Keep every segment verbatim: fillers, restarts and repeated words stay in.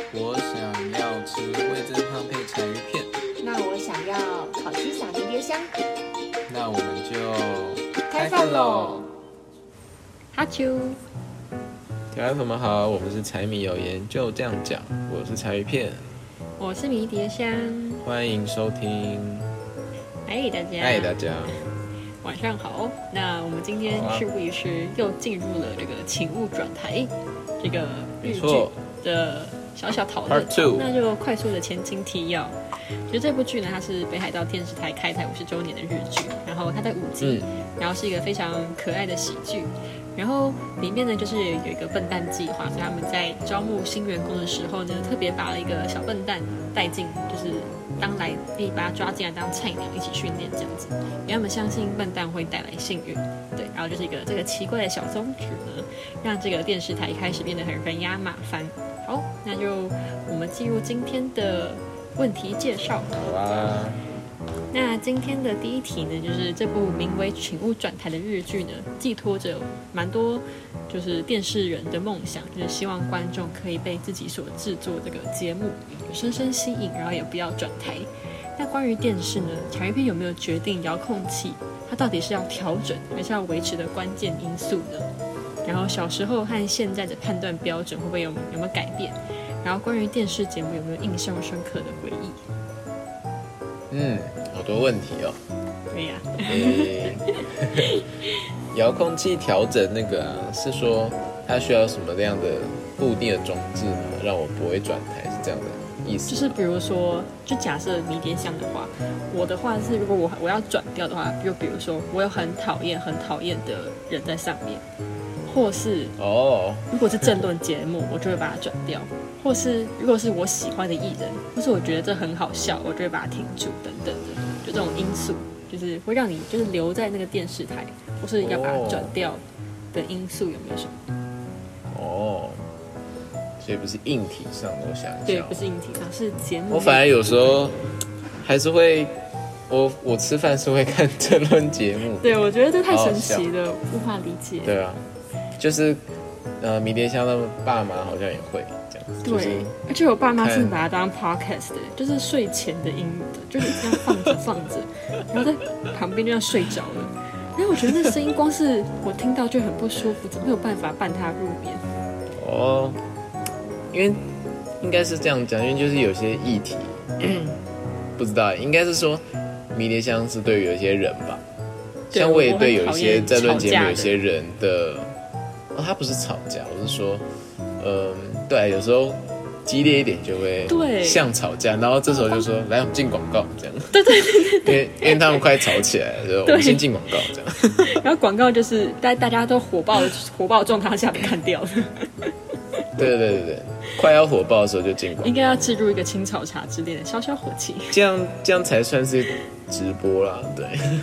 我想要吃味噌汤配柴鱼片。 那我想要烤鸡撒迷迭香。 那我们就开饭喽！哈啾！ 小朋友们好，我们是柴米油盐就这样讲，我是柴鱼片， 我是迷迭香， 欢迎收听。 嗨大家， 嗨大家， 晚上好。那我们今天事不宜迟，又进入了这个请勿转台这个日剧的小小讨论，那就快速的前情提要。其实这部剧呢，它是北海道电视台开台五十周年的日剧，然后它在五集、嗯，然后是一个非常可爱的喜剧。然后里面呢，就是有一个笨蛋计划，所以他们在招募新员工的时候呢，特别把了一个小笨蛋带进，就是当来可以把他抓进来当菜鸟一起训练这样子，因为他们相信笨蛋会带来幸运。对，然后就是一个这个奇怪的小宗旨呢，让这个电视台开始变得很人仰马翻。好，那就我们进入今天的问题介绍。 好啊。 那今天的第一题呢，就是这部名为《请勿转台》的日剧呢，寄托着蛮多就是电视人的梦想，就是希望观众可以被自己所制作这个节目深深吸引，然后也不要转台。那关于电视呢，柴鱼片有没有决定遥控器它到底是要调整还是要维持的关键因素呢？然后小时候和现在的判断标准会不会有有没有改变？然后关于电视节目有没有印象深刻的回忆？ 嗯，好多问题哦。 对呀、啊。 欸、遥控器调整那个、啊、是说它需要什么样的固定的装置吗？让我不会转台，是这样的意思？ 就是比如说，就假设迷迭香的话，我的话是如果我我要转掉的话，就比如说我有很讨厌很讨厌的人在上面。或是哦，如果是政论节目，我就会把它转掉；或是如果是我喜欢的艺人，或是我觉得这很好笑，我就会把它停住，等等的。就这种因素，就是会让你就是留在那个电视台，或是要把它转掉的因素有没有什么？ 哦，所以不是硬体上的，我想一下。 对，不是硬体上，是节目。 我反而有时候还是会，我我吃饭是会看政论节目。 对，我觉得这太神奇了，无法理解。 对啊。就是呃，迷迭香的爸妈好像也会这样子。 对，就是、而且我爸妈是把它当 podcast 的，就是睡前的音，就是这样放着放着，然后在旁边就要睡着了。然后我觉得那声音光是我听到就很不舒服，没有办法伴他入眠。 哦，因为应该是这样讲，因为就是有些议题，嗯、不知道，应该是说迷迭香是对于有些人吧，像我也对有一些政论节目有些人的。哦，他不是吵架，我是说，嗯，对，有时候激烈一点就会像吵架，然后这时候就说来，我们进广告这样。 对对对对， 因为因为他们快吵起来了，就我们先进广告这样。 然后广告就是在大家都火爆火爆状态下被看掉了。 对对对对，快要火爆的时候就进广告。 应该要置入一个青草茶之类的，消消火气。 这样这样才算是直播啦，对。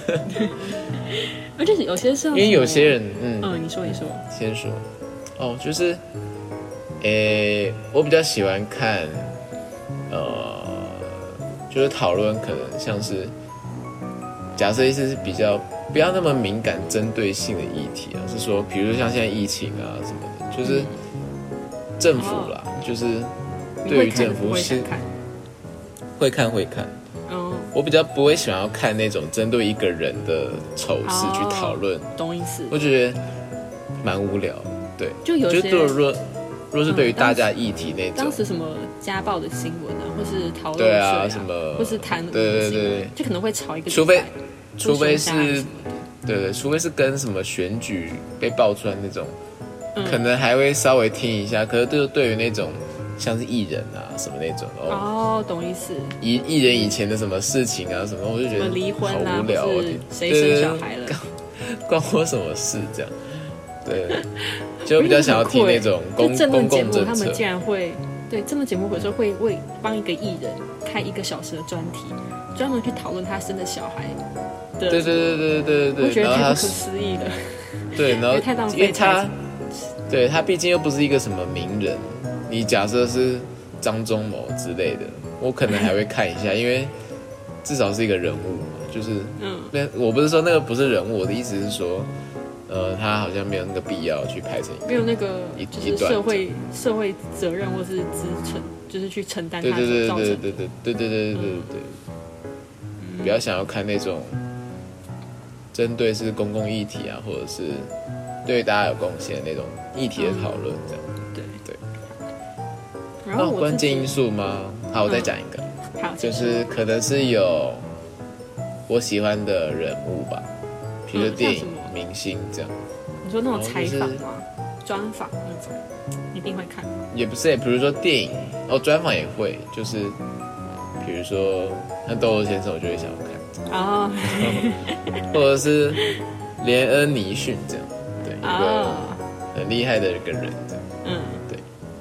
而且有些时候， 因为有些人，嗯， 嗯，你说你说， 先说，哦，就是，诶，我比较喜欢看，呃，就是讨论可能像是，假设一些是比较不要那么敏感、针对性的议题啊，是说，比如像现在疫情啊什么的，就是政府啦，哦、就是对于政府是会看会看。我比较不会想要看那种针对一个人的丑事去讨论， 懂意思？ 我觉得蛮无聊的，对。 就有些， 就若若是对于大家议题那种， 当时什么家暴的新闻啊，或是讨论对啊什么， 或是谈对对对， 就可能会吵一个， 除非除非是，对对，除非是跟什么选举被爆出来那种，嗯、可能还会稍微听一下。可是对对于那种。像是艺人啊什么那种哦，懂意思。 艺艺人以前的什么事情啊什么，我就觉得离婚啊，好无聊， 谁生小孩了， 关我什么事这样？对，就比较想要听那种公公共政策。 他们竟然会对政论节目，有时候会为帮一个艺人开一个小时的专题，专门去讨论他生的小孩的。 对对对对对对， 我觉得太不可思议了。 对，然后太浪费他， 对他毕竟又不是一个什么名人。你假设是张忠谋之类的，我可能还会看一下，因为至少是一个人物嘛，就是，嗯，我不是说那个不是人物，我的意思是说， 呃，他好像没有那个必要去拍成一个没有那个就是社会社会责任或是支撑，就是去承担他所造成的。 对对对对对对对对对对对对，嗯、比较想要看那种针对是公共议题啊，或者是对大家有贡献那种议题的讨论，这样。 嗯、对对。 然后关键因素吗？好，我再讲一个。 嗯、好， 就是可能是有我喜欢的人物吧，比如说电影、嗯、明星这样。 你说那种采访吗？专访那种，一定会看吗？ 也不是，比如说电影哦，专访也会，就是比如说像豆豆先生，我就会想要看哦， 或者是连恩·尼逊这样，对，一个很厉害的一个人这样， 嗯， 对。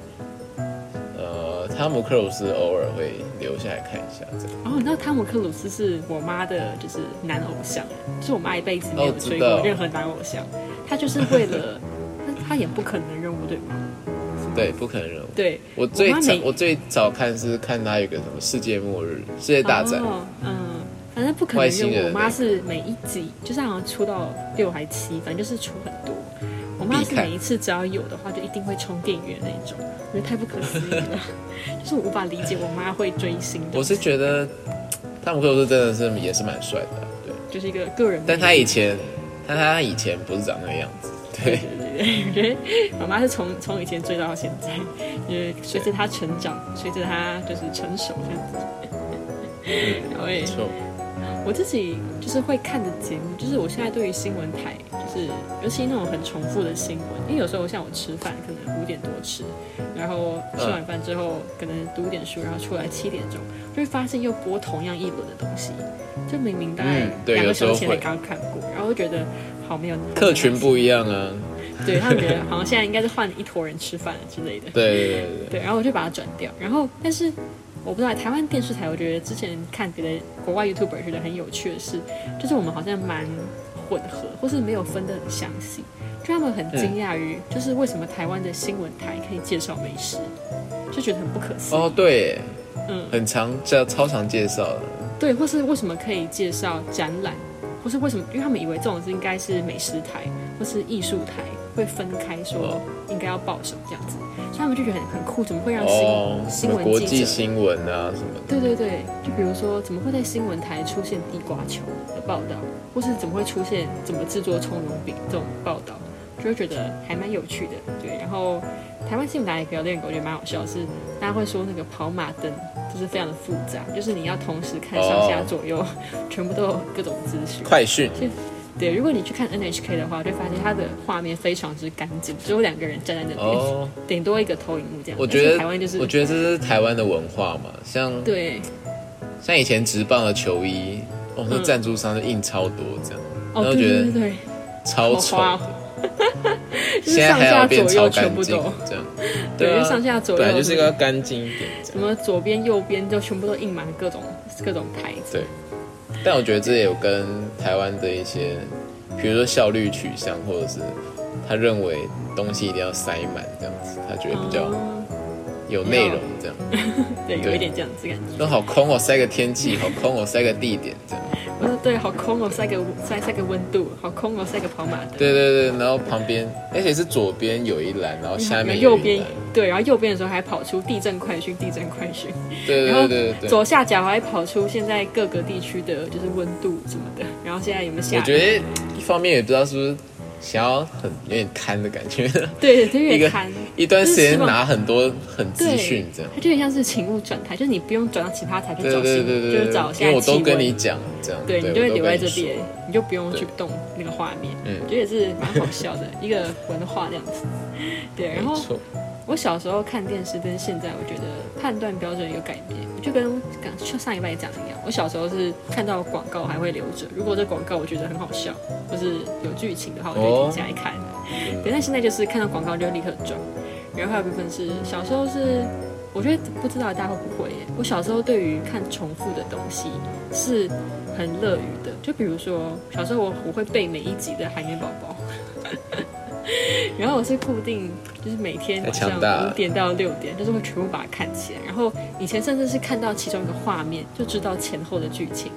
呃，汤姆·克鲁斯偶尔会留下来看一下这样。 哦，你知道汤姆·克鲁斯是我妈的，就是男偶像，就是我妈一辈子没有追过任何男偶像，哦、她就是为了。他演不可能的任务，对吗？ 对，不可能任务。 对， 我最早我最早看是看他有个什么世界末日、世界大战。 哦、嗯，反正不可能任务，我妈是每一集，就是好像出到六还七，反正就是出很多。我妈是每一次只要有的话，就一定会冲电影院那一种，我觉得太不可思议了，就是我无法理解我妈会追星。 我是觉得汤姆克鲁斯真的是也是蛮帅的，对， 就是一个个人。 但他以前，但他以前不是长那个样子。对对对对，我觉得妈妈是从从以前追到现在，就是随着她成长，随着她就是成熟这样子。 嗯，没错。 我自己就是会看的节目，就是我现在对于新闻台，就是尤其那种很重复的新闻，因为有时候像我吃饭可能五点多吃，然后吃完饭之后可能读点书，然后出来七点钟，就会发现又播同样一轮的东西，就明明大概两个小时前才刚看过，然后就觉得好没有客群不一样啊。 对他们觉得好像现在应该是换一坨人吃饭之类的。 对对对 对, 对，然后我就把它转掉，然后但是。我不知道台湾电视台，我觉得之前看别的国外 YouTuber 觉得很有趣的是，就是我们好像蛮混合，或是没有分得很详细，就他们很惊讶于，就是为什么台湾的新闻台可以介绍美食，就觉得很不可思议。 哦，对，嗯，很常叫超常介绍的。 对，或是为什么可以介绍展览，或是为什么，因为他们以为这种是应该是美食台或是艺术台会分开说应该要报什么这样子。所以他们就觉得很很酷，怎么会让新、哦、新闻记者国际新闻啊什么的？ 对对对，就比如说怎么会在新闻台出现地瓜球的报道，或是怎么会出现怎么制作葱油饼这种报道，就会觉得还蛮有趣的。对，然后台湾新闻台也有另一个我觉得蛮好笑的是，大家会说那个跑马灯就是非常的复杂，就是你要同时看上下左右，哦、全部都有各种资讯。 快讯。 对，如果你去看 N H K 的话，就会发现它的画面非常之干净，只有两个人站在那边，顶、哦、多一个投影幕这样。 我觉得台湾就是， 我觉得这是台湾的文化嘛，像对， 像以前职棒的球衣，哦，那赞助商就印超多这样， 嗯、 然后觉得对对对超丑的。 就是上下左右全部都这样， 对，因为上下左右本来就是一个干净一点， 什么左边右边就全部都印满各种各种牌子。 对。但我觉得这也有跟台湾的一些，比如说效率取向，或者是他认为东西一定要塞满这样子，他觉得比较有内容这样。 对，有一点这样子感觉。 都好空哦，塞个天气，好空哦，塞个地点这样。 我说对，好空哦，塞个塞塞个温度，好空哦，塞个跑马灯。 对对对，然后旁边，而且是左边有一栏，然后下面右边对，然后右边的时候还跑出地震快讯，地震快讯。 对对对对对。 左下角还跑出现在各个地区的就是温度什么的，然后现在有没有下雨？ 我觉得一方面也不知道是不是想要很有点看的感觉。 对，有点看。 一段时间拿很多很资讯这样， 它就有点像是勤务转台，就是你不用转到其他台去找新闻，就是找现在因为我都跟你讲这样， 对，你就会留在这边，你就不用去动那个画面。嗯，我觉得也是蛮好笑的一个文化这样子。对，然后我小时候看电视跟现在，我觉得判断标准有改变，就跟刚上一拜讲的一样。我小时候是看到广告还会留着，如果这广告我觉得很好笑，或是有剧情的话，我就会停下来看。哦、对，但现在就是看到广告就立刻转。然后还有部分是小时候是，我觉得不知道大家会不会耶。我小时候对于看重复的东西是很乐于的，就比如说小时候我我会背每一集的海绵宝宝。然后我是固定，就是每天晚上五点到六点，就是会全部把它看起来。然后以前甚至是看到其中一个画面，就知道前后的剧情。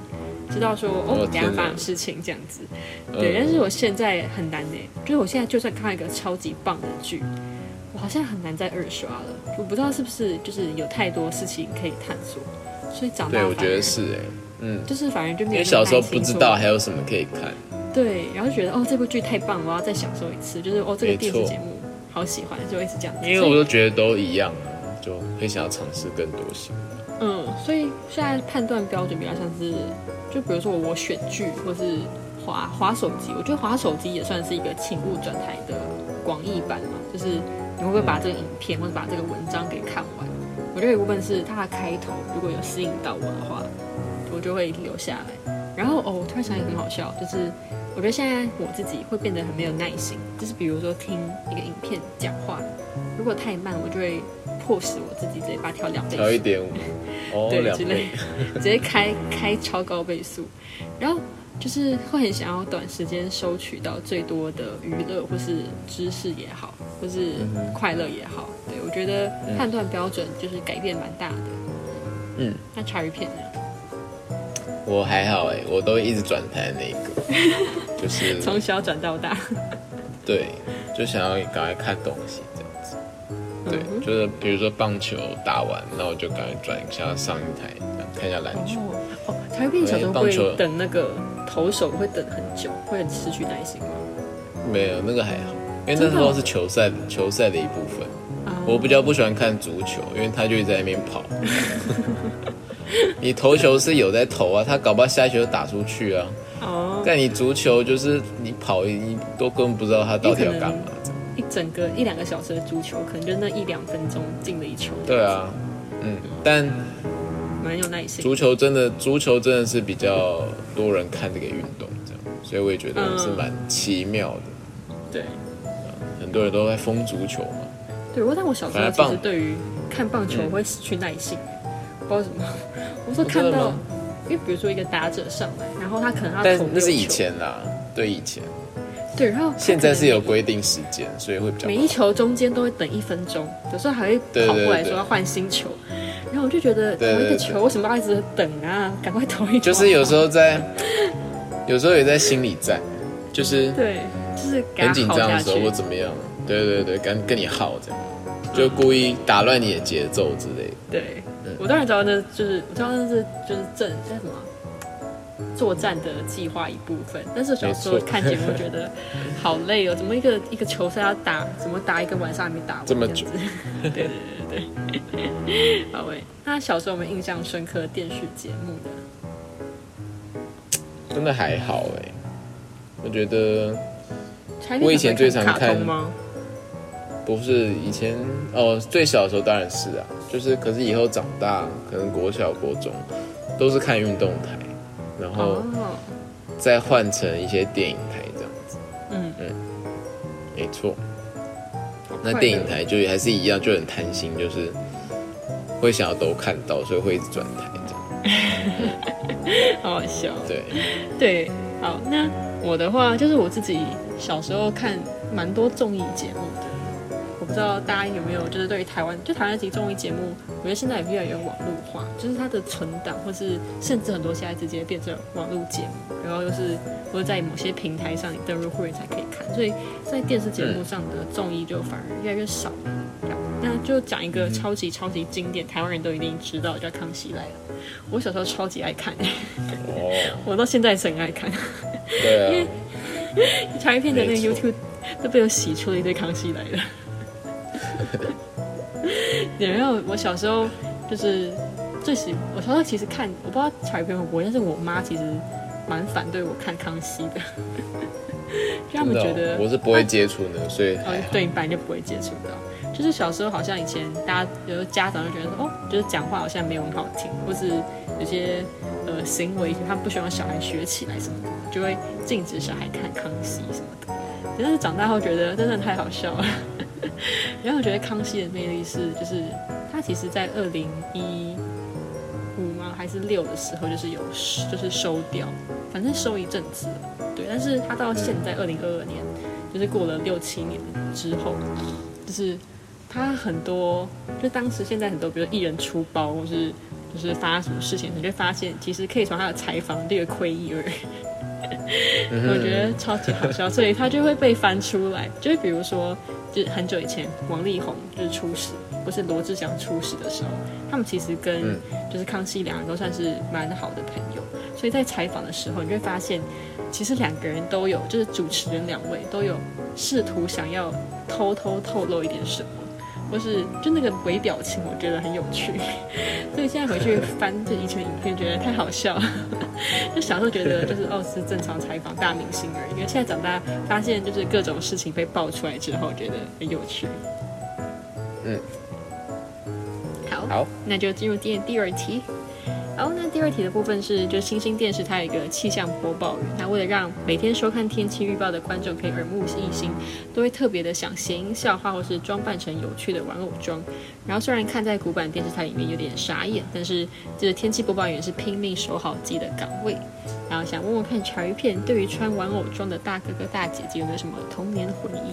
知道说哦，等下发生事情这样子。对，但是我现在很难呢，就是我现在就算看一个超级棒的剧，我好像很难再二刷了。我不知道是不是就是有太多事情可以探索，所以长大。 对，我觉得是哎，嗯， 就是反而就没有。 因为小时候不知道还有什么可以看。 对，然后觉得哦这部剧太棒，我要再享受一次。就是哦这个电视节目好喜欢，就一直这样子。 因为我都觉得都一样啊，就会想要尝试更多新的。 嗯，所以现在判断标准比较像是，就比如说我选剧或是滑滑手机，我觉得滑手机也算是一个请勿转台的广义版嘛，就是你会不会把这个影片或者把这个文章给看完？我觉得有一部分是它的开头如果有吸引到我的话，我就会留下来。然后哦，我突然想一个很好笑，就是我觉得现在我自己会变得很没有耐心，就是比如说听一个影片讲话，如果太慢，我就会迫使我自己直接把它调两倍速， 调一点五，哦， 对， 两倍， 直接开开超高倍速，然后就是会很想要短时间收取到最多的娱乐，或是知识也好，或是快乐也好。对，我觉得判断标准就是改变蛮大的。嗯，那茶余片呢？ 我还好哎，我都一直转台那个，就是从小转到大。 对，就想要赶快看东西这样子。对，嗯、就是比如说棒球打完，那我就赶快转一下上一台，看一下篮球。 哦，茶余片小时候会等那个投手会等很久，会很失去耐心吗？ 没有，那个还好，因为那时候是球赛，球赛的一部分。我比较不喜欢看足球，因为他就一直在那边跑。你投球是有在投啊，他搞不好下一球就打出去啊。哦。但你足球就是你跑，你都根本不知道他到底要干嘛。 一整个一两个小时的足球，可能就那一两分钟进了一球。 对啊，嗯，但蛮有耐心。 足球真的，足球真的是比较多人看这个运动，这样，所以我也觉得是蛮奇妙的。 嗯、对、 嗯，很多人都在疯足球嘛。 对，不过但我小时候其实对于看棒球会失去耐心。嗯不知道什么，我说看到，因为比如说一个打者上来，然后他可能要投六球， 那是以前啦，对以前， 对，然后现在是有规定时间，所以会比较每一球中间都会等一分钟，有时候还会跑过来说要换新球，对对对，然后我就觉得同一个球为什么要一直等啊？赶快投一球。 就是有时候在，有时候也在心理战，就是对，就是很紧张的时候或怎么样，对对对，跟跟你耗这样，就故意打乱你的节奏之类的， 对。我当然知道那就是我知道那是就是正叫什么作战的计划一部分，但是小时候看节目觉得好累哦，怎么一个一个球赛要打，怎么打一个晚上还没打完这么久？ 对对对对对。好喂，那小时候我们印象深刻的电视节目的， 真的还好哎，我觉得我以前最常看吗？ 不是以前哦，最小的时候当然是啊，就是可是以后长大，可能国小、国中都是看运动台，然后再换成一些电影台这样子。嗯嗯，没错。那电影台就还是一样，就很贪心，就是会想要都看到，所以会一直转台这样。 好好笑。 对对，好，那我的话就是我自己小时候看蛮多综艺节目的。我不知道大家有没有就是对于台湾就台湾的综艺节目，我觉得现在也越来越网络化，就是它的存档或是甚至很多现在直接变成网络节目，然后又是或者在某些平台上你登入会员才可以看，所以在电视节目上的综艺就反而越来越少了。那就讲一个超级超级经典，台湾人都一定知道，叫《康熙来了》。我小时候超级爱看，哦，我到现在是很爱看。 对啊， 因为茶余片的那个 YouTube 都被我洗出了一堆《康熙来了》。然后我小时候就是最喜，我小时候其实看，我不知道茶余片会不会，但是我妈其实蛮反对我看康熙的，就他们觉得、 哦、我是不会接触的，所以哦，对，你本来就不会接触到。就是小时候好像以前大家有家长就觉得说，哦，就是讲话好像没有很好听，或是有些呃行为他们不希望小孩学起来什么的，就会禁止小孩看康熙什么的。但是长大后觉得真的太好笑了。然后我觉得康熙的魅力是，就是他其实在二零一五吗还是六的时候，就是有就是收掉，反正收一阵子了，对。但是他到现在二零二二年，就是过了六七年之后，就是他很多，就当时现在很多，比如艺人出包或是就是发生什么事情，你就发现其实可以从他的采访略窥一二。我觉得超级好笑，所以他就会被翻出来。就是比如说，就是很久以前王力宏就是出事，或是罗志祥出事的时候，他们其实跟就是康熙两人都算是蛮好的朋友，所以在采访的时候，你就会发现，其实两个人都有，就是主持人两位都有试图想要偷偷透露一点什么。或是就那个微表情，我觉得很有趣，所以现在回去翻这以前影片，觉得太好笑了。就小时候觉得就是哦是正常采访大明星而已，因为现在长大发现就是各种事情被爆出来之后，觉得很有趣。 嗯， 好， 好， 那就进入第第二题。好，那第二题的部分是，就星星电视它有一个气象播报员，它为了让每天收看天气预报的观众可以耳目一新，都会特别的想谐音笑话或是装扮成有趣的玩偶装。然后虽然看在古板电视台里面有点傻眼，但是这个天气播报员是拼命守好自己的岗位。然后想问问看，茶余片对于穿玩偶装的大哥哥大姐姐有没有什么童年回忆？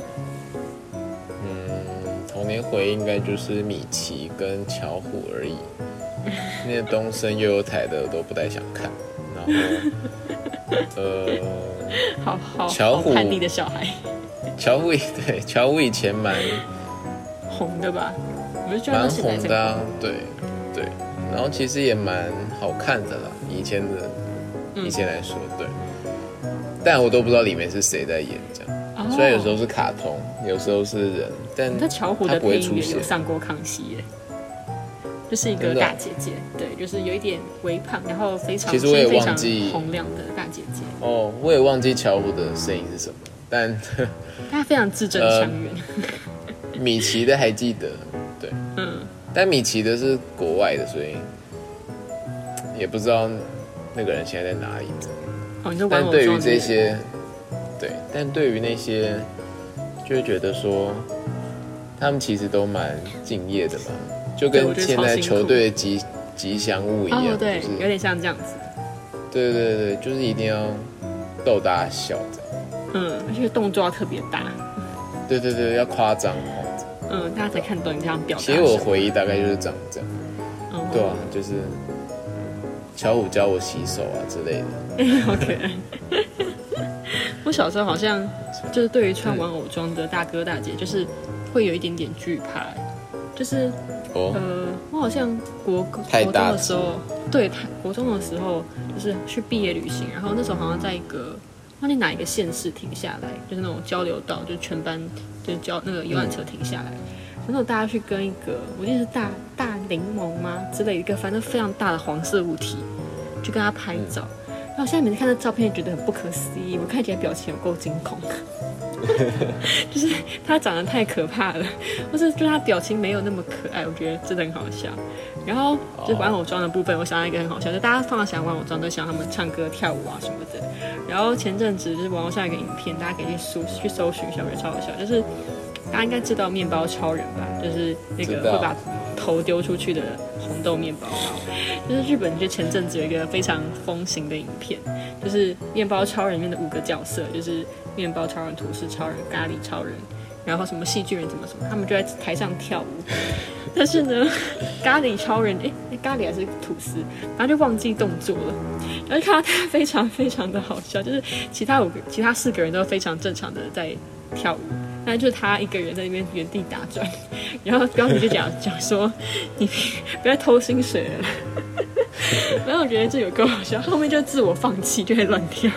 嗯，童年回忆应该就是米奇跟巧虎而已。那些东森悠悠台的都不太想看，然后呃， 好好巧虎叛逆的小孩， 巧虎对巧虎以前蛮红的吧？我就觉得蛮红的啊，对对，然后其实也蛮好看的啦，以前的以前来说，对，但我都不知道里面是谁在演这样，哦、虽然有时候是卡通，有时候是人，但他巧虎的配音也有上过康熙耶。就是一个大姐姐，对，就是有一点微胖，然后非常其实我也忘记洪亮的大姐姐。 哦，我也忘记巧虎的声音是什么，但她非常字正腔圆。 呃、米奇的还记得，对，嗯，但米奇的是国外的，所以也不知道那个人现在在哪里。 哦，你说但对于这些，对，但对于那些，就会觉得说，他们其实都蛮敬业的嘛。就跟现在球队的吉吉祥物一样， 哦，对， 就是有点像这样子。 对对对，就是一定要逗大家笑的。 嗯，而且动作要特别大。 对对对，要夸张。 嗯，大家才看懂你这样表达。 其实我回忆大概就是长这样。嗯，对啊，就是巧虎教我洗手啊之类的。好可爱。我小时候好像就是对于穿玩偶装的大哥大姐，就是会有一点点惧怕。就是，哦、呃，我好像国国中的时候，对，国中的时候就是去毕业旅行，然后那时候好像在一个忘记哪一个县市停下来，就是那种交流道，就全班就是交那个游览车停下来，然后大家去跟一个我记得是大大柠檬吗之类的一个反正非常大的黄色物体，去跟他拍照。嗯、然后我现在每次看到照片，觉得很不可思议，我看起来表情有够惊恐。就是他长得太可怕了，或是就他表情没有那么可爱，我觉得真的很好笑。然后就是玩偶装的部分，我想到一个很好笑，就大家放到想玩偶装都想他们唱歌跳舞啊什么的。然后前阵子就是网络上有一个影片，大家可以去搜去搜寻一下，我觉得超好笑。就是大家应该知道面包超人吧？就是那个会把头丢出去的红豆面包包。就是日本就前阵子有一个非常风行的影片，就是面包超人里面的五个角色，就是面包超人、吐司超人、咖喱超人，然后什么细菌人怎么什么，他们就在台上跳舞。但是呢，咖喱超人哎，咖喱还是吐司，然后就忘记动作了，然后就看到他非常非常的好笑，就是其他五个、其他四个人都非常正常的在跳舞。那就是他一个人在那边原地打转，然后标题就讲讲说你不要偷薪水了，然后我觉得这有够好笑，后面就自我放弃，就会乱跳。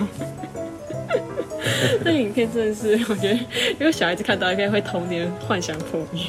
这影片真的是，我觉得如果小孩子看到，应该会童年幻想破灭。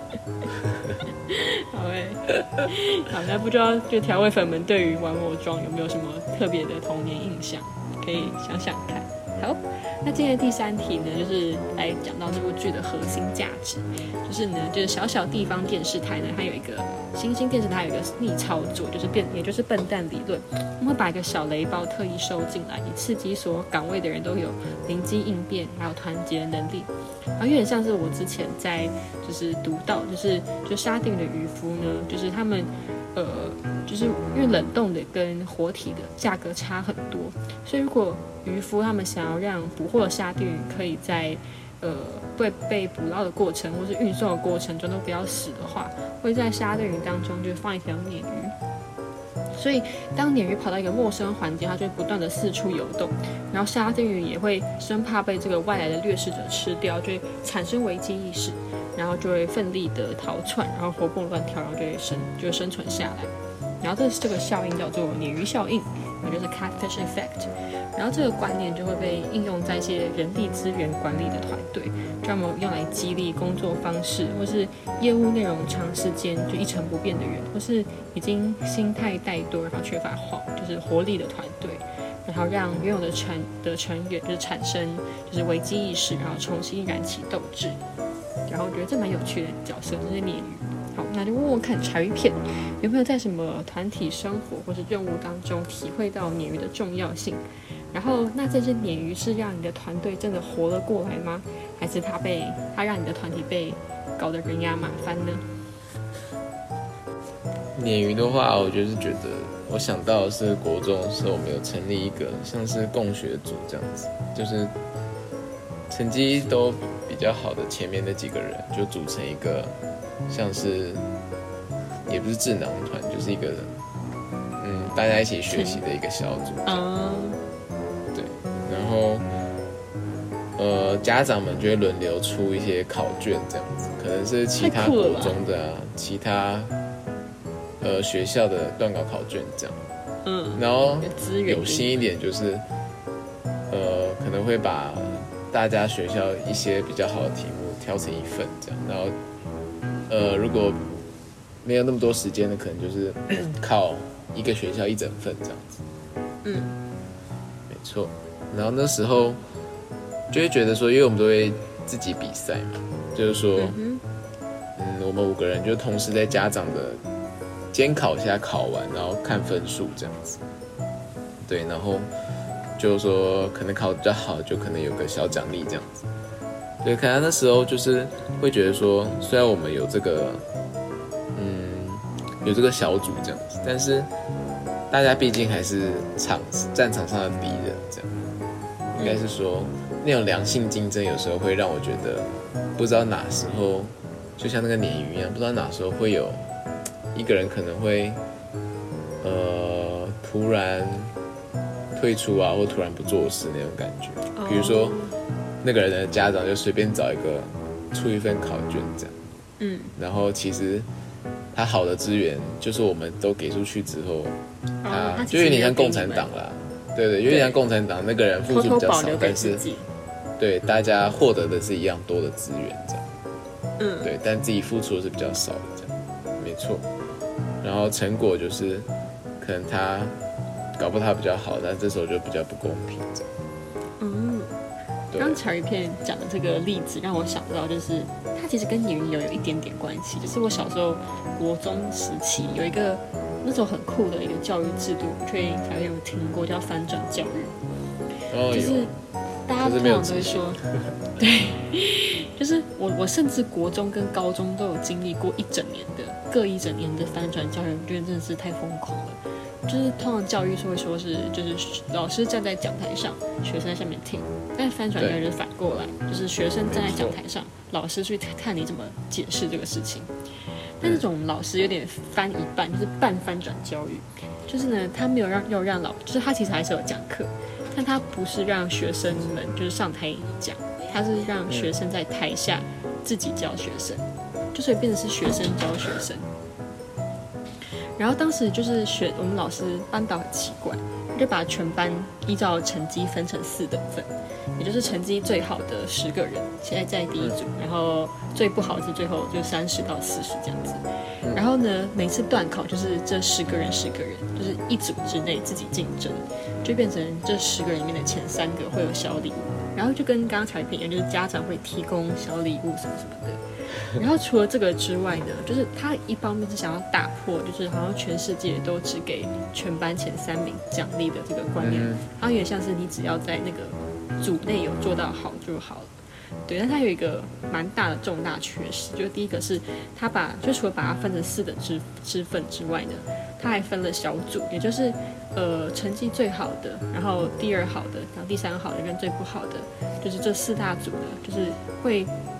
好诶、欸，好，那不知道就调味粉们对于玩偶装有没有什么特别的童年印象，可以想想看。好，那今天的第三题呢，就是来讲到这部剧的核心价值，就是呢，就是小小地方电视台呢，它有一个新兴电视台有一个逆操作，就是变，也就是笨蛋理论，我们会把一个小雷包特意收进来，以刺激所有岗位的人都有灵机应变，还有团结的能力。然后有点像是我之前在就是读到，就是就沙丁的渔夫呢，就是他们。呃，就是因为冷冻的跟活体的价格差很多，所以如果渔夫他们想要让捕获的沙丁鱼可以在呃被被捕捞的过程或是运送的过程中都不要死的话，会在沙丁鱼当中就放一条鲶鱼， 所以当鲶鱼跑到一个陌生环境，它就会不断的四处游动，然后沙丁鱼也会生怕被这个外来的掠食者吃掉，就会产生危机意识，然后就会奋力的逃窜，然后活蹦乱跳，然后就会生就会生存下来。然后这这个效应叫做鲶鱼效应，也就是 catfish effect。然后这个观念就会被应用在一些人力资源管理的团队，专门用来激励工作方式或是业务内容长时间就一成不变的人，或是已经心态怠惰然后缺乏活就是活力的团队，然后让原有的成的成员就是产生就是危机意识，然后重新燃起斗志。然后我觉得这蛮有趣的角色，就是鲶鱼。好，那就问问看柴鱼片有没有在什么团体生活或是任务当中体会到鲶鱼的重要性？然后，那这只鲶鱼是让你的团队真的活了过来吗？还是它被它让你的团体被搞得人仰马翻呢？ 鲶鱼的话，我就是觉得我想到的是国中的时候，我们有成立一个像是共学组这样子，就是成绩都比较好的前面那几个人就组成一个像是也不是智囊团，就是一个嗯大家一起学习的一个小组。嗯，对，然后呃家长们就会轮流出一些考卷这样子，可能是其他国中的啊，其他呃学校的段考考卷这样。嗯，然后有心一点就是呃可能会把大家学校一些比较好的题目挑成一份这样，然后呃如果没有那么多时间的，可能就是考一个学校一整份这样子。嗯，没错。然后那时候就会觉得说，因为我们都会自己比赛嘛，就是说，嗯, 嗯，我们五个人就同时在家长的监考下考完，然后看分数这样子。对，然后就是说可能考得比较好，就可能有个小奖励这样子。对，可能那时候就是会觉得说，虽然我们有这个。有这个小组这样子，但是大家毕竟还是场战场上的敌人，这样应该是说那种良性竞争，有时候会让我觉得不知道哪时候，就像那个鲶鱼一样，不知道哪时候会有一个人可能会呃突然退出啊，或突然不做事那种感觉。比如说那个人的家长就随便找一个出一份考卷这样，嗯，然后其实。他好的资源就是我们都给出去之后，他、哦、就有点像共产党啦，对对，有点像共产党，那个人付出比较少，但是对大家获得的是一样多的资源这样，嗯，对，但自己付出的是比较少的这样，没错。然后成果就是可能他搞不好他比较好，但这时候就比较不公平这样。嗯， 刚柴鱼片讲的这个例子让我想到，就是它其实跟鲶鱼有有一点点关系。就是我小时候国中时期有一个那种很酷的一个教育制度，我确定才有听过，叫翻转教育。哦，就是大家通常都会说，对，就是我我甚至国中跟高中都有经历过一整年的各一整年的翻转教育，我觉得真的是太疯狂了。就是通常教育是会说是，就是老师站在讲台上，学生在下面听。但翻转教育就是反过来，就是学生站在讲台上，老师去看你怎么解释这个事情。但这种老师有点翻一半，就是半翻转教育。就是呢，他没有让要让老，就是他其实还是有讲课，但他不是让学生们就是上台讲，他是让学生在台下自己教学生，就所以变成是学生教学生。然后当时就是学我们老师班导很奇怪，他就把全班依照成绩分成四等份，也就是成绩最好的十个人现在在第一组，然后最不好的是最后就三十到四十这样子。然后呢，每次段考就是这十个人十个人，就是一组之内自己竞争，就变成这十个人里面的前三个会有小礼物，然后就跟刚刚柴片一样，就是家长会提供小礼物什么什么的。然后除了这个之外呢，就是他一方面是想要打破，就是好像全世界都只给全班前三名奖励的这个观念，它有点像是你只要在那个组内有做到好就好了。对，但它有一个蛮大的重大缺失，就是第一个是他把就除了把它分成四等支支分之外呢，他还分了小组，也就是呃成绩最好的，然后第二好的，然后第三好的跟最不好的，就是这四大组呢，就是会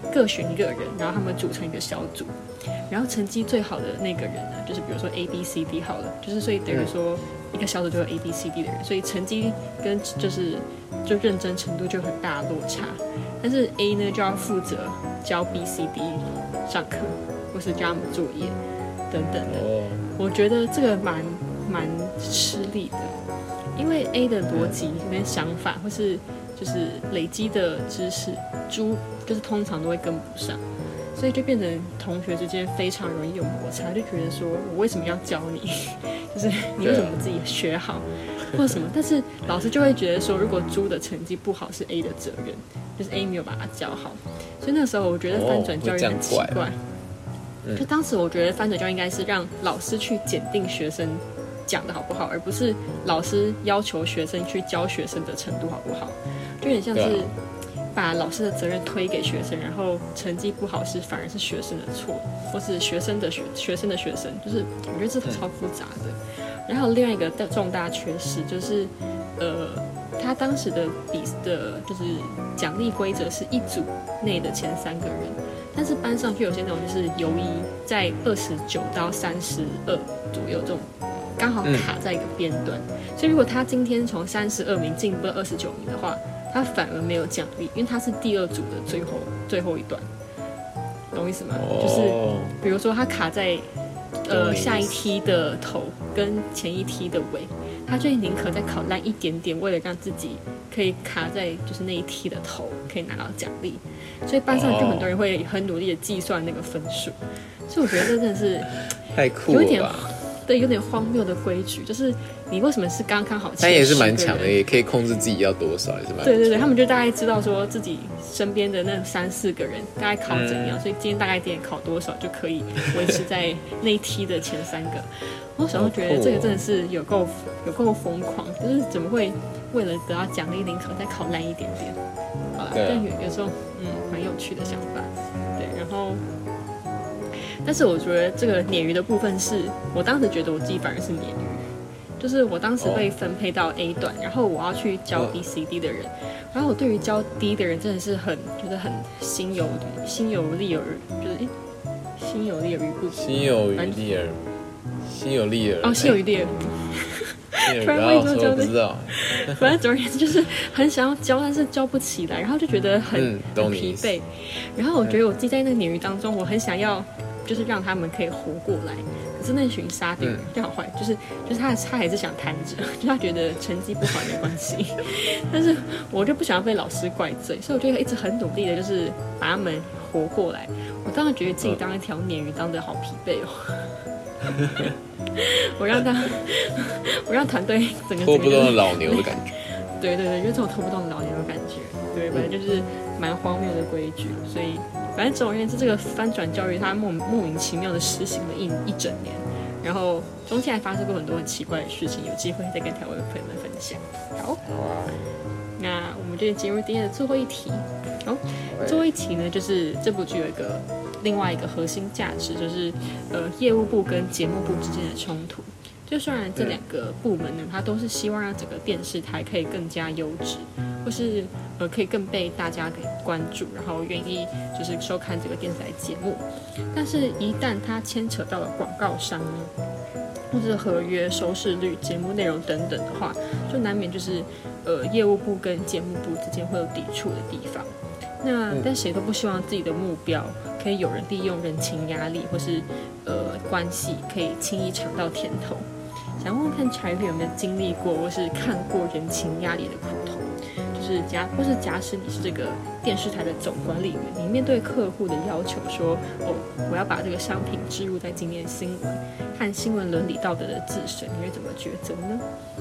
各选一个人，然后他们组成一个小组，然后成绩最好的那个人呢，就是比如说 A B C D 好了，就是所以等于说一个小组就有 A B C D 的人，所以成绩跟就是就认真程度就很大的落差。但是 A 呢就要负责教 B C D 上课，或是教他们作业等等的。我觉得这个蛮蛮吃力的，因为 A 的逻辑跟想法或是就是累积的知识，猪就是通常都会跟不上，所以就变成同学之间非常容易有摩擦，就觉得说我为什么要教你，就是你为什么不自己学好，或者什么。但是老师就会觉得说，如果猪的成绩不好是 A 的责任，就是 A 没有把它教好。所以那时候我觉得翻转教育很奇怪。哦、就当时我觉得翻转教育应该是让老师去检定学生讲的好不好，而不是老师要求学生去教学生的程度好不好，就有点像是把老师的责任推给学生，然后成绩不好是反而是学生的错，或是学生的学学生的学生，就是我觉得这超复杂的。然后另外一个重大缺失就是，呃，他当时的比的就是奖励规则是一组内的前三个人，但是班上就有些那种就是游移在二十九到三十二左右这种。刚好卡在一个边端，嗯、所以如果他今天从三十二名进步到二十九名的话，他反而没有奖励，因为他是第二组的最后最后一段，懂我意思吗？哦、就是比如说他卡在呃下一梯的头跟前一梯的尾，他就宁可再考烂一点点，为了让自己可以卡在就是那一梯的头，可以拿到奖励。所以班上就很多人会很努力的计算那个分数，所以我觉得这真的是太酷了吧。 对，有点荒谬的规矩，就是你为什么是刚刚好？ 但也是蛮强的，也可以控制自己要多少，也是蛮。 对对对，他们就大概知道说自己身边的那三四个人大概考怎样，嗯、所以今天大概点考多少就可以维持在那一梯的前三个。我小时候觉得这个真的是有够有够疯狂，就是怎么会为了得到奖励宁可再考烂一点点？好啦，但有有时候嗯蛮有趣的想法，对，然后。但是我觉得这个鲶鱼的部分是我当时觉得我自己反而是鲶鱼，就是我当时被分配到 A 段，然后我要去教 B C D 的人，然后我对于教 D 的人真的是很觉得很心有心有力而就是诶心有力而不心有余力而心有力而哦心有余力而突然问说教不知道， 反正总而言之就是很想要教，但是教不起来，然后就觉得很、嗯、很疲惫。然后我觉得我自己在那个鲶鱼当中，我很想要。就是让他们可以活过来，可是那群沙丁人就好坏，就是就是他他还是想摊着，就他觉得成绩不好没关系，但是我就不想要被老师怪罪，所以我就一直很努力的，就是把他们活过来。我当然觉得自己当一条鲶鱼当得好疲惫哦，我让他，我让团队整个拖不动的老牛的感觉。 对对对，有这种拖不动的老牛的感觉，对，反正就是蛮荒谬的规矩，所以反正总而言之，这个翻转教育它莫莫名其妙的实行了一一整年，然后中间还发生过很多很奇怪的事情，有机会再跟台湾的朋友们分享。好，那我们就进入今天的最后一题。好，最后一题呢，就是这部剧有一个另外一个核心价值，就是呃业务部跟节目部之间的冲突。就虽然这两个部门呢，它都是希望让整个电视台可以更加优质，或是呃可以更被大家给关注，然后愿意就是收看这个电视台节目，但是一旦它牵扯到了广告商呢，或是合约、收视率、节目内容等等的话，就难免就是呃业务部跟节目部之间会有抵触的地方。那但谁都不希望自己的目标可以有人利用人情压力或是呃关系可以轻易尝到甜头。想问问看柴鱼有没有经历过或是看过人情压力的苦头？就是假或是假使你是这个电视台的总管理员，你面对客户的要求说，哦，我要把这个商品置入在今天的新闻和新闻伦理道德的自审，你会怎么抉择呢？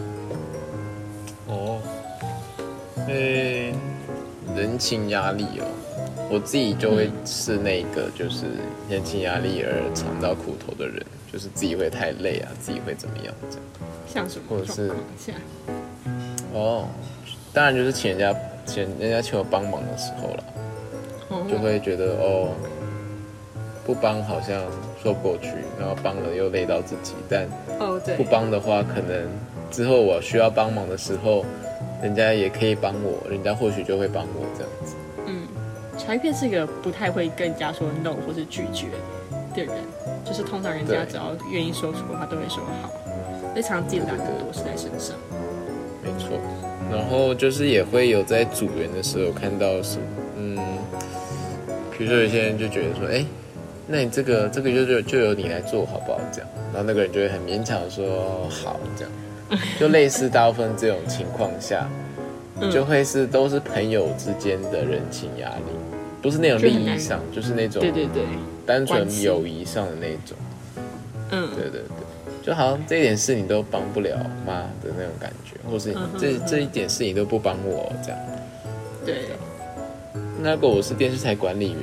哦，诶。人情压力哦，我自己就会是那个就是人情压力而尝到苦头的人，就是自己会太累啊，自己会怎么样这样。 像什么或者是哦， 当然就是请人家请人家请我帮忙的时候啦，哦、就会觉得哦，不帮好像说不过去，然后帮了又累到自己，但不帮的话，可能之后我需要帮忙的时候。人家也可以帮我，人家或许就会帮我这样子。 嗯， 柴鱼片是一个不太会跟人家说 no 或是拒绝的人，就是通常人家只要愿意说出的话，都会说好，所以常常自己揽很多事在身上。 没错，然后就是也会有在组员的时候看到什么，嗯，比如说有些人就觉得说，哎、欸，那你这个这个就就就由你来做好不好？这样，然后那个人就会很勉强说好，这样，就类似大部分这种情况下，就会是都是朋友之间的人情压力，不是那种利益上，就, 就是那种对对对， 单纯友谊上的那种，嗯，对对对。就好像这一点事你都帮不了妈的那种感觉，或是这这一点事你都不帮我这样。 对。 那如果我是电视台管理员，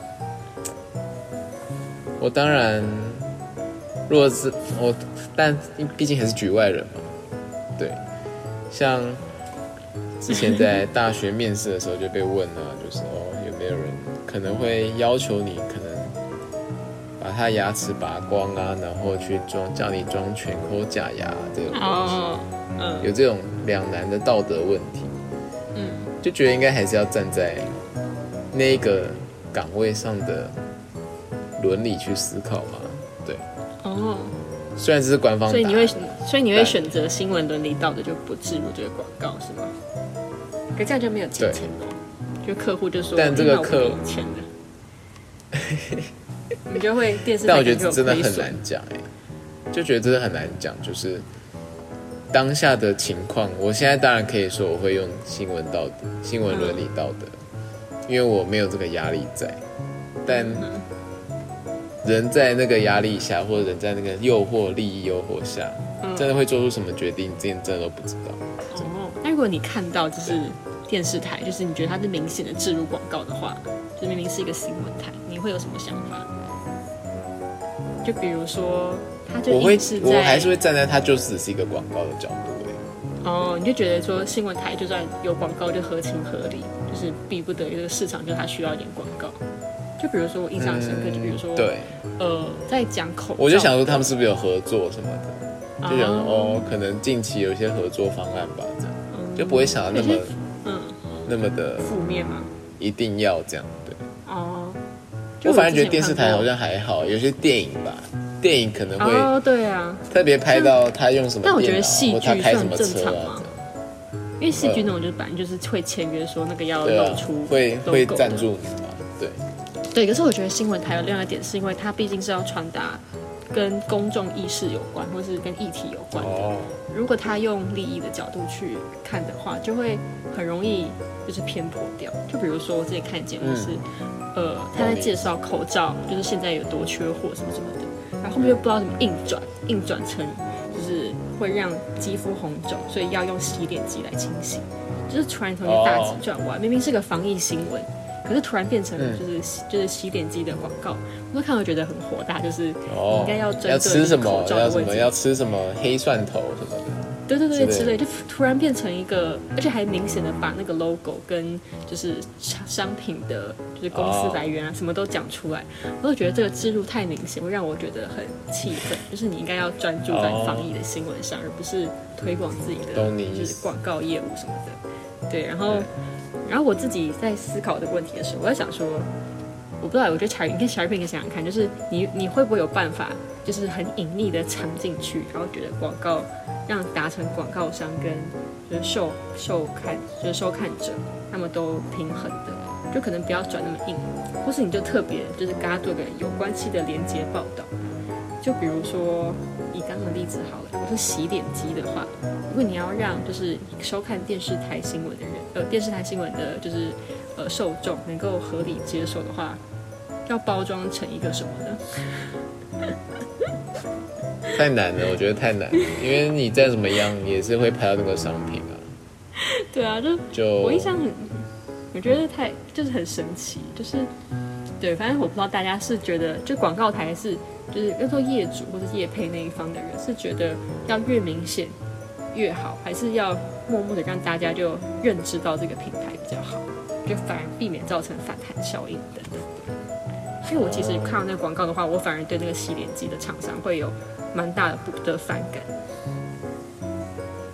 我当然，如果是我，但毕竟还是局外人嘛。对，像之前在大学面试的时候就被问啊，就是哦有没有人可能会要求你可能。把他牙齿拔光啊，然后去装叫你装全口假牙这种东西， oh, 嗯，有这种两难的道德问题，嗯，就觉得应该还是要站在那个岗位上的伦理去思考嘛，对，哦，虽然这是官方答案， 所以你会，所以你会选择新闻伦理道德就不置入这个广告是吗？可这样就没有钱钱了，就客户就说， 但这个客户钱的。你就会电视台， 但我觉得真的很难讲哎、欸，就觉得真的很难讲，就是当下的情况，我现在当然可以说我会用新闻道德、新闻伦理道德，因为我没有这个压力在，但人在那个压力下，或者人在那个诱惑、利益诱惑下，真的会做出什么决定，你之前真的都不知道。 哦，那如果你看到就是电视台，就是你觉得它是明显的置入广告的话，就明明是一个新闻台，你会有什么想法？就比如说，他就我会，我还是会站在它就只是一个广告的角度欸。哦，你就觉得说新闻台就算有广告就合情合理，就是逼不得已这个市场就它需要一点广告。就比如说我印象深刻，嗯、就比如说，对，呃，在讲口罩， 我就想说他们是不是有合作什么的，就想说、哦、哦，可能近期有一些合作方案吧，这样、嗯、就不会想到那么，嗯，那么的负面嘛， 一定要这样，对。哦。我反而觉得电视台好像还好，有些电影吧，电影可能会哦，对啊， 特别拍到他用什么电脑， 但我觉得戏剧算正常嘛， 因为戏剧那种就是本来就是会签约说那个要露出、 啊、会会赞助你嘛，对对。可是我觉得新闻台有另外一点，是因为它毕竟是要传达跟公众意识有关，或是跟议题有关的。哦、如果他用利益的角度去看的话，就会很容易就是偏颇掉。就比如说我之前看节目是。嗯呃，他在介绍口罩，就是现在有多缺货什么什么的，然后后面又不知道怎么硬转，硬转成就是会让肌肤红肿，所以要用洗脸机来清洗，就是突然从一个大急转弯，明明是个防疫新闻，可是突然变成了就是、嗯、就是洗脸机的广告，我都看了觉得很火大，就是你应该要针对口罩的问题， 要吃什么黑蒜头什么的。 对对对，之类就突然变成一个，而且还明显的把那个 logo 跟就是商品的，就是公司来源啊， oh. 什么都讲出来。我就觉得这个置入太明显，会让我觉得很气愤。就是你应该要专注在防疫的新闻上， oh. 而不是推广自己的就是广告业务什么的。对，然后然后我自己在思考这个问题的时候，我在想说，我不知道，我觉得柴鱼，你看柴鱼片，你想想看，就是你你会不会有办法，就是很隐秘的藏进去，然后觉得广告。让达成广告商跟就是受受看就是收看者，他们都平衡的，就可能不要转那么硬，或是你就特别就是跟他做个有关系的连接报道。就比如说以刚刚的例子好了，如果是洗脸机的话，如果你要让就是收看电视台新闻的人，呃，电视台新闻的就是呃受众能够合理接受的话，要包装成一个什么呢？ 太难了，我觉得太难了，因为你再怎么样也是会拍到那个商品啊。 对啊，就就我印象很，我觉得太就是很神奇，就是对，反正我不知道大家是觉得，就广告台是就是要做业主或者业配那一方的人是觉得要越明显越好，还是要默默的让大家就认知到这个品牌比较好，就反而避免造成反弹效应等等的。因为我其实看到那个广告的话，我反而对那个洗脸机的厂商会有蛮大的的反感。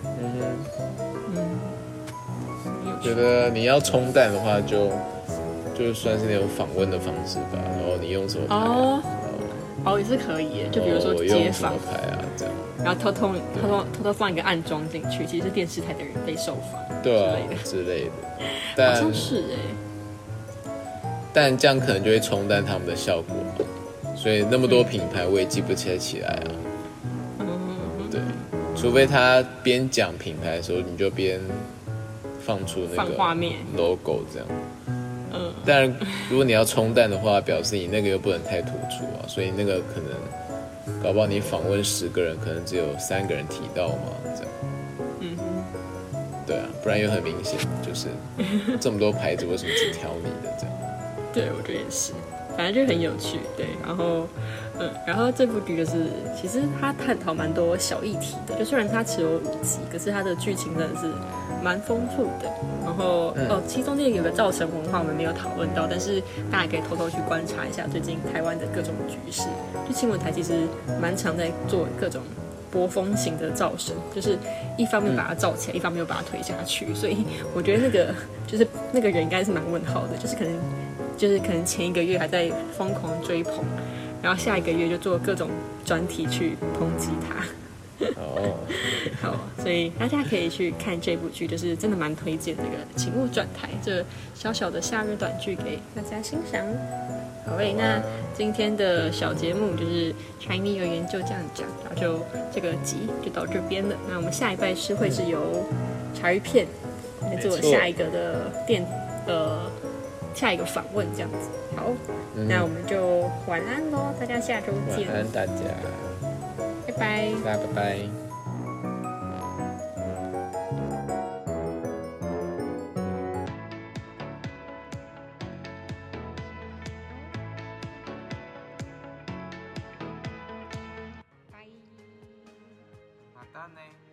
嗯嗯， 觉得你要冲淡的话就， 就算是那种访问的方式吧。然后你用什么牌、啊？ 哦，哦也是可以耶，就比如说街访牌啊这样， 然后偷偷偷偷偷偷放一个暗装进去，其实是电视台的人被受访， 对啊之类的，但好像是哎， 但这样可能就会冲淡他们的效果嘛。所以那么多品牌我也记不起来起来啊。嗯，对，除非他边讲品牌的时候，你就边放出那个 logo 这样。嗯，但如果你要冲淡的话，表示你那个又不能太突出啊，所以那个可能搞不好你访问十个人，可能只有三个人提到嘛，这样。嗯哼，对啊，不然又很明显，就是这么多牌子，为什么只挑你的这样？ 对，我觉得也是。反正就很有趣，对，然后，嗯，然后这部剧就是，其实它探讨蛮多小议题的，就虽然它只有五集，可是它的剧情真的是蛮丰富的。然后，嗯、哦，其中间有个造成文化我们没有讨论到，但是大家可以偷偷去观察一下最近台湾的各种局势。就新闻台其实蛮常在做各种波峰型的造神，就是一方面把它造起来，嗯、一方面又把它推下去，所以我觉得那个就是那个人应该是蛮问号的，就是可能。就是可能前一个月还在疯狂追捧，然后下一个月就做各种专题去抨击他。哦，好，所以大家可以去看这部剧，就是真的蛮推荐这个《请勿转台》这小小的夏日短剧给大家欣赏。好诶，那今天的小节目就是柴米油盐就这样讲，然后就这个集就到这边了。那我们下一拜是会是由茶鱼片来做下一个的电呃。下一个访问这样子，好，嗯、那我们就晚安喽，大家下周见。 晚安大家， 拜拜， 大家拜拜。またね。